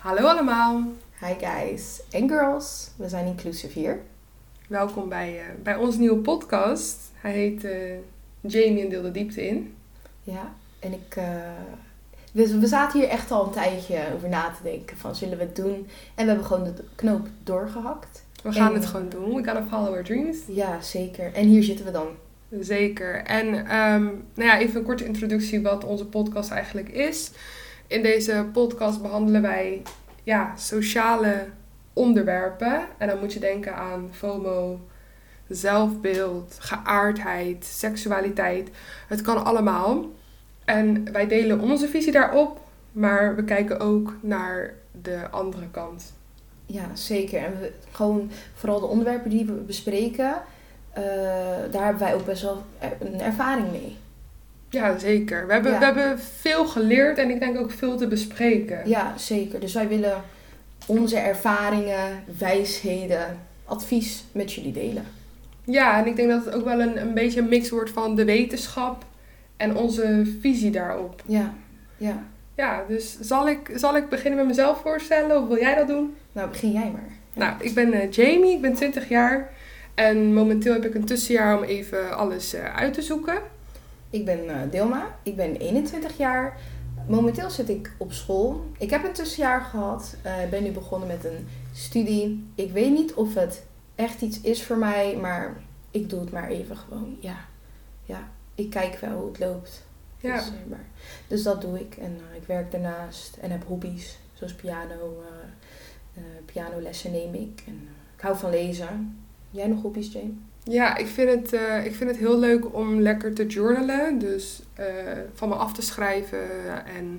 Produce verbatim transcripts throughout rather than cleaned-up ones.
Hallo allemaal. Hi guys en girls. We zijn inclusive hier. Welkom bij, uh, bij onze nieuwe podcast. Hij heet uh, Jamie en Deel de Diepte in. Ja, en ik... Uh, we, we zaten hier echt al een tijdje over na te denken van zullen we het doen? En we hebben gewoon de knoop doorgehakt. We gaan en, het gewoon doen. We gaan follow our dreams. Ja, zeker. En hier zitten we dan. Zeker. En um, nou ja, even een korte introductie wat onze podcast eigenlijk is. In deze podcast behandelen wij ja, sociale onderwerpen. En dan moet je denken aan FOMO, zelfbeeld, geaardheid, seksualiteit. Het kan allemaal. En wij delen onze visie daarop, maar we kijken ook naar de andere kant. Ja, zeker. En we, gewoon vooral de onderwerpen die we bespreken, uh, daar hebben wij ook best wel een ervaring mee. Ja, zeker. We hebben, ja. we hebben veel geleerd en ik denk ook veel te bespreken. Ja, zeker. Dus wij willen onze ervaringen, wijsheden, advies met jullie delen. Ja, en ik denk dat het ook wel een, een beetje een mix wordt van de wetenschap en onze visie daarop. Ja, ja. Ja, dus zal ik, zal ik beginnen met mezelf voorstellen of wil jij dat doen? Nou, begin jij maar. Ja. Nou, ik ben uh, Jamie, ik ben twintig jaar en momenteel heb ik een tussenjaar om even alles uh, uit te zoeken. Ik ben uh, Dilma, ik ben eenentwintig jaar. Momenteel zit ik op school. Ik heb een tussenjaar gehad. Ik uh, ben nu begonnen met een studie. Ik weet niet of het echt iets is voor mij, maar ik doe het maar even gewoon. Ja, ja. Ik kijk wel hoe het loopt. Ja. Dus, uh, maar, dus dat doe ik. En uh, ik werk daarnaast en heb hobby's. Zoals piano, uh, uh, pianolessen neem ik. En uh, ik hou van lezen. Jij nog hobby's, Jane? Ja, ik vind, het, uh, ik vind het heel leuk om lekker te journalen. Dus uh, van me af te schrijven. En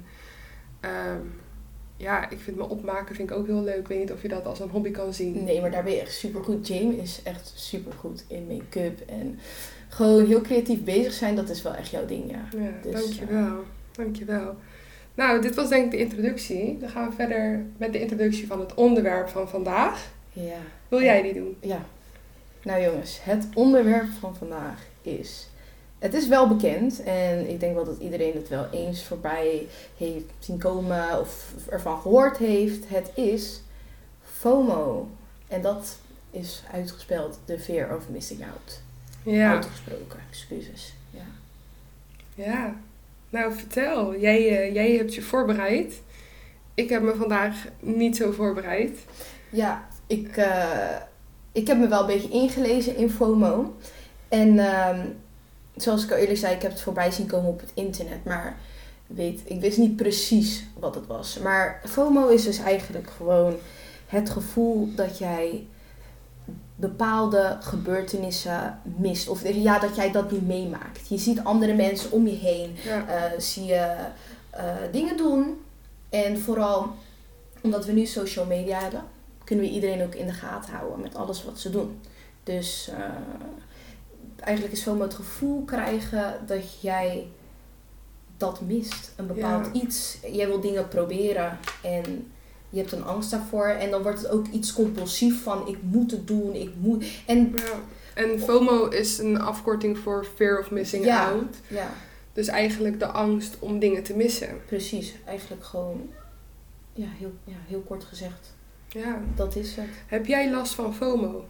um, ja, ik vind me opmaken vind ik ook heel leuk. Ik weet niet of je dat als een hobby kan zien. Nee, maar daar ben je echt supergoed. Jamie is echt supergoed in make-up. En gewoon heel creatief bezig zijn, dat is wel echt jouw ding, ja. Ja, dus, dankjewel. Uh, dankjewel. Nou, dit was denk ik de introductie. Dan gaan we verder met de introductie van het onderwerp van vandaag. Ja. Wil jij die doen? Ja. Nou jongens, het onderwerp van vandaag is... Het is wel bekend en ik denk wel dat iedereen het wel eens voorbij heeft zien komen of ervan gehoord heeft. Het is FOMO. En dat is uitgespeld de fear of missing out. Ja. Uitgesproken, excuses. Ja. Ja. Nou, vertel. Jij, uh, jij hebt je voorbereid. Ik heb me vandaag niet zo voorbereid. Ja, ik... Uh, Ik heb me wel een beetje ingelezen in FOMO. En uh, zoals ik al eerder zei, ik heb het voorbij zien komen op het internet. Maar weet, ik wist niet precies wat het was. Maar FOMO is dus eigenlijk gewoon het gevoel dat jij bepaalde gebeurtenissen mist. Of ja, dat jij dat niet meemaakt. Je ziet andere mensen om je heen. Ja. Uh, zie je uh, dingen doen. En vooral omdat we nu social media hebben, kunnen we iedereen ook in de gaten houden met alles wat ze doen. Dus uh, eigenlijk is FOMO het gevoel krijgen dat jij dat mist. Een bepaald ja. iets. Jij wil dingen proberen en je hebt een angst daarvoor. En dan wordt het ook iets compulsief van ik moet het doen, ik moet... En, ja. en FOMO is een afkorting voor fear of missing ja, out. Ja. Dus eigenlijk de angst om dingen te missen. Precies. Eigenlijk gewoon ja, heel, ja, heel kort gezegd. Ja. Dat is het. Heb jij last van FOMO?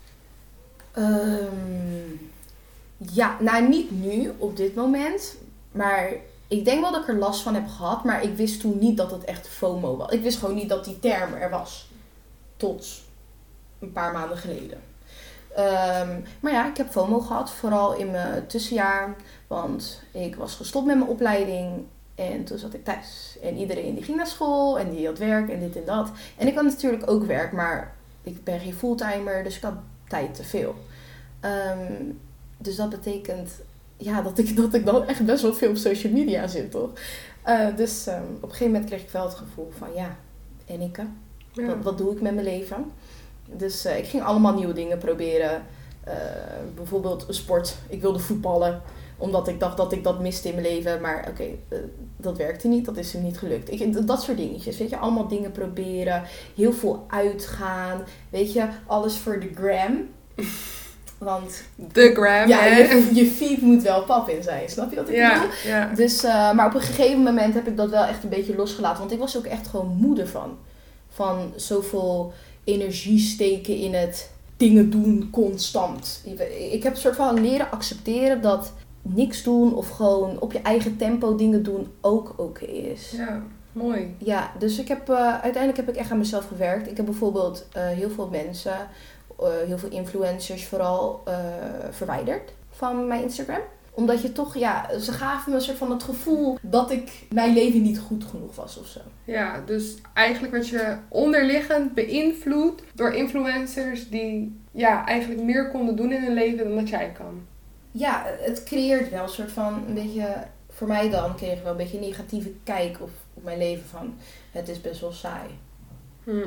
Um, ja, nou niet nu, op dit moment. Maar ik denk wel dat ik er last van heb gehad. Maar ik wist toen niet dat het echt FOMO was. Ik wist gewoon niet dat die term er was. Tot een paar maanden geleden. Um, maar ja, ik heb FOMO gehad. Vooral in mijn tussenjaar. Want ik was gestopt met mijn opleiding. En toen zat ik thuis. En iedereen die ging naar school. En die had werk en dit en dat. En ik had natuurlijk ook werk. Maar ik ben geen fulltimer. Dus ik had tijd te veel. Um, dus dat betekent ja, dat, ik, dat ik dan echt best wel veel op social media zit, toch? Uh, dus um, op een gegeven moment kreeg ik wel het gevoel van ja, en ik? Ja. Wat, wat doe ik met mijn leven? Dus uh, ik ging allemaal nieuwe dingen proberen. Uh, bijvoorbeeld sport. Ik wilde voetballen. Omdat ik dacht dat ik dat miste in mijn leven. Maar oké, okay, uh, dat werkte niet. Dat is hem niet gelukt. Ik, dat soort dingetjes. Weet je, allemaal dingen proberen. Heel veel uitgaan. Weet je, alles voor de gram. Want de gram, ja, hè? je, je feed moet wel pap in zijn. Snap je wat ik ja, bedoel? Ja. Dus, uh, maar op een gegeven moment heb ik dat wel echt een beetje losgelaten. Want ik was ook echt gewoon moe ervan. Van zoveel energie steken in het dingen doen constant. Ik heb een soort van leren accepteren dat niks doen of gewoon op je eigen tempo dingen doen ook oké is. Ja, mooi. Ja, dus ik heb, uh, uiteindelijk heb ik echt aan mezelf gewerkt. Ik heb bijvoorbeeld uh, heel veel mensen, uh, heel veel influencers vooral, uh, verwijderd van mijn Instagram. Omdat je toch, ja, ze gaven me een soort van het gevoel dat ik mijn leven niet goed genoeg was of zo. Ja, dus eigenlijk werd je onderliggend beïnvloed door influencers die ja, eigenlijk meer konden doen in hun leven dan dat jij kan. Ja, het creëert wel een soort van, een beetje, voor mij dan kreeg ik wel een beetje een negatieve kijk op, op mijn leven van, het is best wel saai. Hm.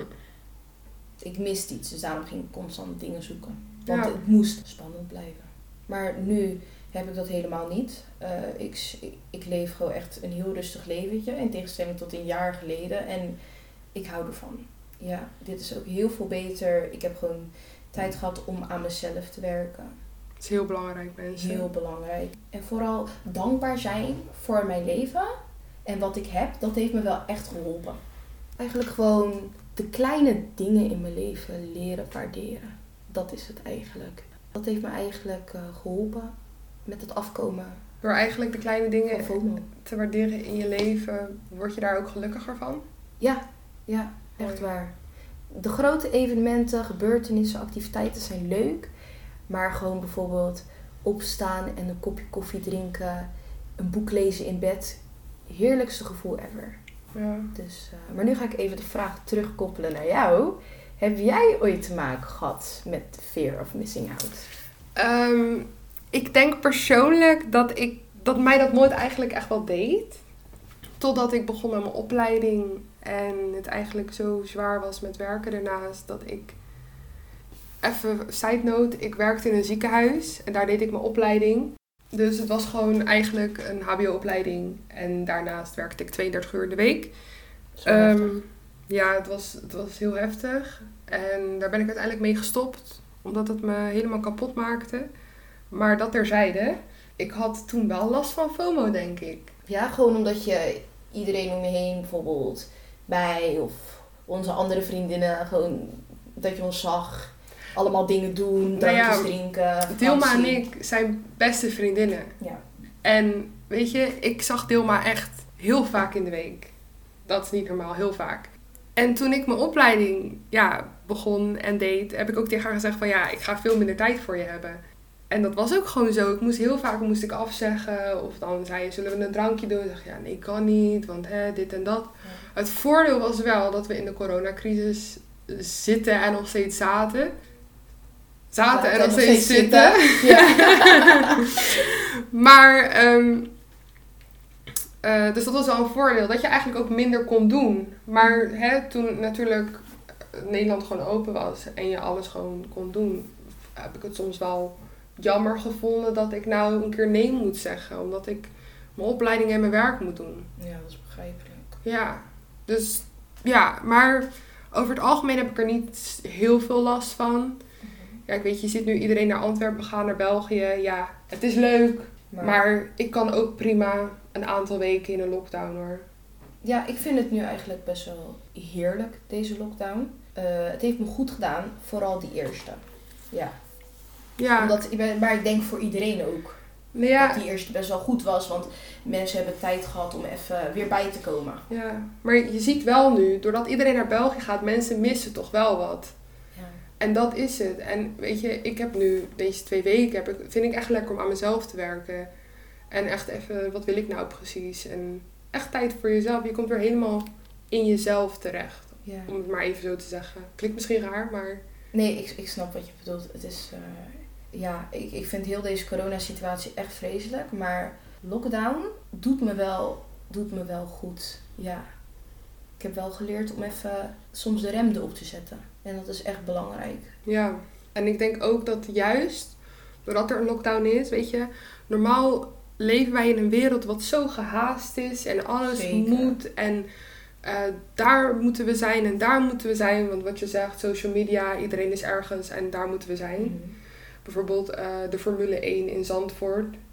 Ik miste iets, dus daarom ging ik constant dingen zoeken. Want Ja. het moest spannend blijven. Maar nu heb ik dat helemaal niet. Uh, ik, ik, ik leef gewoon echt een heel rustig leventje, in tegenstelling tot een jaar geleden. En ik hou ervan. Ja, dit is ook heel veel beter. Ik heb gewoon tijd gehad om aan mezelf te werken. Dat is heel belangrijk, mensen. Heel belangrijk. En vooral dankbaar zijn voor mijn leven. En wat ik heb, dat heeft me wel echt geholpen. Eigenlijk gewoon de kleine dingen in mijn leven leren waarderen. Dat is het eigenlijk. Dat heeft me eigenlijk uh, geholpen met het afkomen. Door eigenlijk de kleine dingen van FOMO te waarderen in je leven, word je daar ook gelukkiger van? Ja, ja, echt waar. De grote evenementen, gebeurtenissen, activiteiten zijn leuk. Maar gewoon bijvoorbeeld opstaan en een kopje koffie drinken, een boek lezen in bed. Heerlijkste gevoel ever. Ja. Dus, uh, maar nu ga ik even de vraag terugkoppelen naar jou. Heb jij ooit te maken gehad met fear of missing out? Um, ik denk persoonlijk dat, ik, dat mij dat nooit eigenlijk echt wel deed. Totdat ik begon met mijn opleiding en het eigenlijk zo zwaar was met werken daarnaast. Dat ik, even side note, ik werkte in een ziekenhuis en daar deed ik mijn opleiding. Dus het was gewoon eigenlijk een hbo-opleiding en daarnaast werkte ik tweeëndertig uur in de week. Um, ja, het was, het was heel heftig. En daar ben ik uiteindelijk mee gestopt. Omdat het me helemaal kapot maakte. Maar dat terzijde. Ik had toen wel last van FOMO, denk ik. Ja, gewoon omdat je iedereen om je heen bijvoorbeeld bij of onze andere vriendinnen gewoon dat je ons zag. Allemaal dingen doen, drankjes nou ja, drinken. Dilma en ik zijn beste vriendinnen. Ja. En weet je, ik zag Dilma echt heel vaak in de week. Dat is niet normaal, heel vaak. En toen ik mijn opleiding ja, begon en deed, heb ik ook tegen haar gezegd van ja, ik ga veel minder tijd voor je hebben. En dat was ook gewoon zo. Ik moest heel vaak moest ik afzeggen. Of dan zei je, zullen we een drankje doen? Ik dacht, ja, nee, ik kan niet, want hè, dit en dat. Ja. Het voordeel was wel dat we in de coronacrisis zitten en nog steeds zaten. Zaten ja, en nog steeds, steeds zitten. zitten. Ja. Maar, um, uh, dus dat was wel een voordeel. Dat je eigenlijk ook minder kon doen. Maar hè, toen natuurlijk Nederland gewoon open was en je alles gewoon kon doen, heb ik het soms wel jammer gevonden dat ik nou een keer nee moet zeggen. Omdat ik mijn opleiding en mijn werk moet doen. Ja, dat is begrijpelijk. Ja, dus ja, maar over het algemeen heb ik er niet heel veel last van. Mm-hmm. Ja, ik weet, je ziet nu iedereen naar Antwerpen gaan, naar België. Ja, het is leuk. Maar, maar ik kan ook prima een aantal weken in een lockdown hoor. Ja, ik vind het nu eigenlijk best wel heerlijk, deze lockdown. Uh, het heeft me goed gedaan, vooral die eerste. Ja. Ja. Omdat, maar ik denk voor iedereen ook. Ja. Dat die eerste best wel goed was. Want mensen hebben tijd gehad om even weer bij te komen. Ja, maar je ziet wel nu, doordat iedereen naar België gaat, mensen missen toch wel wat. Ja. En dat is het. En weet je, ik heb nu deze twee weken, heb ik, vind ik echt lekker om aan mezelf te werken. En echt even, wat wil ik nou precies? En echt tijd voor jezelf. Je komt weer helemaal in jezelf terecht. Ja. Om het maar even zo te zeggen. Klinkt misschien raar, maar... Nee, ik, ik snap wat je bedoelt. Het is... Uh... Ja, ik, ik vind heel deze coronasituatie echt vreselijk. Maar lockdown doet me wel, doet me wel goed. Ja. Ik heb wel geleerd om even soms de rem erop te zetten. En dat is echt belangrijk. Ja, en ik denk ook dat juist doordat er een lockdown is, weet je, normaal leven wij in een wereld wat zo gehaast is en alles Zeker. moet en uh, daar moeten we zijn en daar moeten we zijn. Want wat je zegt, social media, iedereen is ergens en daar moeten we zijn. Mm-hmm. Bijvoorbeeld uh, de Formule één in Zandvoort.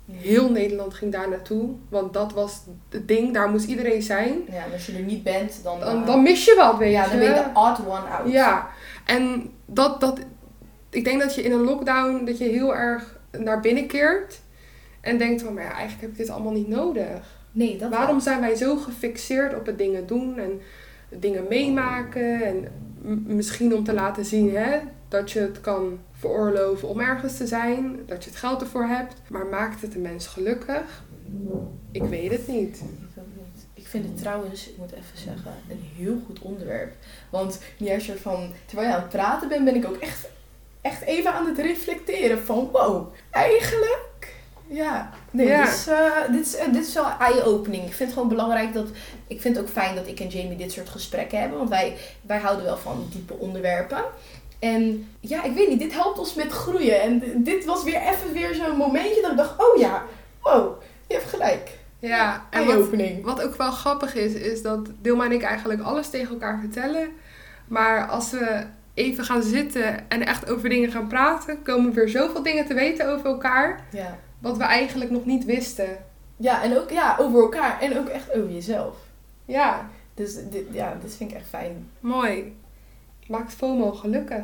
Heel Nederland ging daar naartoe. Want dat was het ding. Daar moest iedereen zijn. Ja, en als je er niet bent, dan... Dan, uh, dan mis je wat, weet ja, je. dan ben je de odd one out. Ja. En dat, dat... Ik denk dat je in een lockdown... Dat je heel erg naar binnen keert. En denkt van... Maar ja, eigenlijk heb ik dit allemaal niet nodig. Nee, dat Waarom wel. zijn wij zo gefixeerd op het dingen doen en dingen meemaken en m- misschien om te laten zien hè, dat je het kan veroorloven om ergens te zijn, dat je het geld ervoor hebt, maar maakt het een mens gelukkig? Ik weet het niet. Ik ook niet. Ik vind het trouwens, ik moet even zeggen, een heel goed onderwerp. Want meer soort van, terwijl je aan het praten bent, ben ik ook echt, echt even aan het reflecteren van wow, eigenlijk... Ja, nee, Ja. Dit, is, uh, dit, is, uh, dit is wel eye-opening. Ik vind het gewoon belangrijk dat... Ik vind het ook fijn dat ik en Jamie dit soort gesprekken hebben. Want wij, wij houden wel van diepe onderwerpen. En ja, ik weet niet, dit helpt ons met groeien. En d- dit was weer even weer zo'n momentje dat ik dacht... Oh ja, wow, je hebt gelijk. Ja, en wat, Eye-opening. wat ook wel grappig is, is dat Dilma en ik eigenlijk alles tegen elkaar vertellen. Maar als we even gaan zitten en echt over dingen gaan praten, komen we weer zoveel dingen te weten over elkaar. Ja. Wat we eigenlijk nog niet wisten. Ja, en ook ja, over elkaar en ook echt over jezelf. Ja, Dus dit, ja, dit vind ik echt fijn. mooi. Maakt FOMO gelukkig.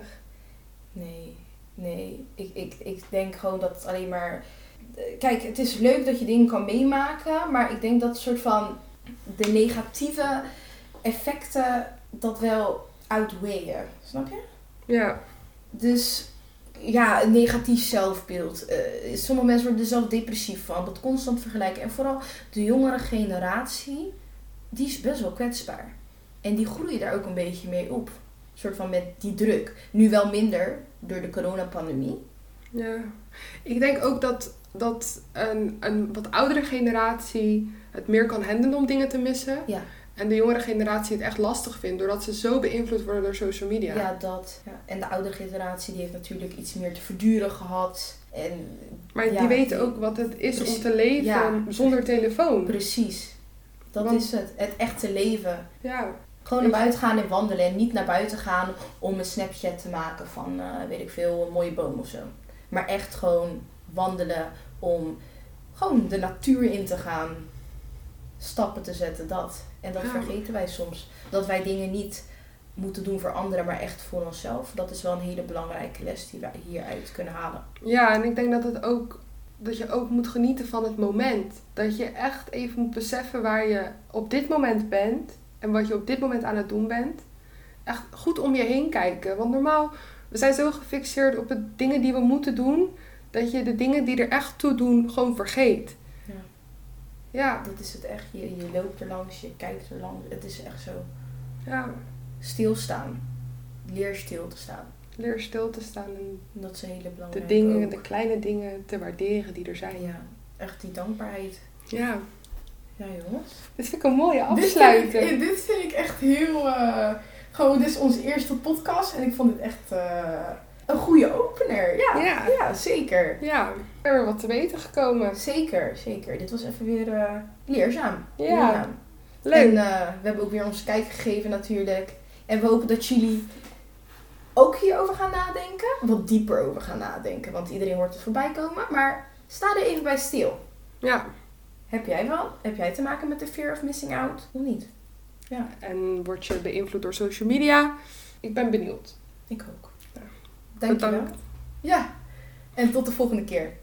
Nee, nee. Ik, ik, ik denk gewoon dat het alleen maar... Kijk, het is leuk dat je dingen kan meemaken, maar ik denk dat soort van de negatieve effecten dat wel outweighen. Snap je? Ja. Dus ja, een negatief zelfbeeld. Uh, sommige mensen worden er zelf depressief van. Dat constant vergelijken. En vooral de jongere generatie, die is best wel kwetsbaar. En die groeien daar ook een beetje mee op. Een soort van met die druk. Nu wel minder door de coronapandemie. Ja. Ik denk ook dat, dat een, een wat oudere generatie het meer kan handelen om dingen te missen. Ja. En de jongere generatie het echt lastig vindt, doordat ze zo beïnvloed worden door social media. Ja, dat. Ja. En de oudere generatie die heeft natuurlijk iets meer te verduren gehad. En, Maar ja, die weten die- ook wat het is Precies. om te leven Ja. zonder telefoon. Precies. Dat Want- is het. Het echte leven. Ja. Gewoon naar buiten gaan en wandelen. En niet naar buiten gaan om een Snapchat te maken van, uh, weet ik veel, een mooie boom of zo. Maar echt gewoon wandelen om gewoon de natuur in te gaan. Stappen te zetten, dat. En dat Ja. vergeten wij soms. Dat wij dingen niet moeten doen voor anderen, maar echt voor onszelf. Dat is wel een hele belangrijke les die wij hieruit kunnen halen. Ja, en ik denk dat het ook dat je ook moet genieten van het moment. Dat je echt even moet beseffen waar je op dit moment bent en wat je op dit moment aan het doen bent. Echt goed om je heen kijken. Want normaal, we zijn zo gefixeerd op de dingen die we moeten doen, dat je de dingen die er echt toe doen gewoon vergeet. Ja. Ja, Dat is het echt. Je, je loopt er langs, je kijkt er langs. Het is echt zo. ja. Stilstaan. Leer stil te staan. Leer stil te staan en Dat is een hele de belangrijke dingen, ook. de kleine dingen te waarderen die er zijn. Ja, echt die dankbaarheid. Ja. Ja, jongens. Dit vind ik een mooie Dit afsluiter. vind, ik, dit vind ik echt heel... Uh, gewoon, dit is onze eerste podcast. En ik vond het echt uh, een goede opener. Ja, Ja. ja. zeker. Ja, we zijn weer wat te weten gekomen. Zeker, zeker. Dit was even weer uh, leerzaam. Ja. Leerzaam. Leuk. En uh, we hebben ook weer ons kijk gegeven natuurlijk. En we hopen dat jullie ook hierover gaan nadenken. Wat dieper over gaan nadenken. Want iedereen hoort het voorbij komen. Maar sta er even bij stil. Ja. Heb jij wel? Heb jij te maken met de fear of missing out? Of niet? Ja, En word je beïnvloed door social media? Ik ben benieuwd. ik ook. Ja. Dankjewel. Bedankt. Ja, en tot de volgende keer.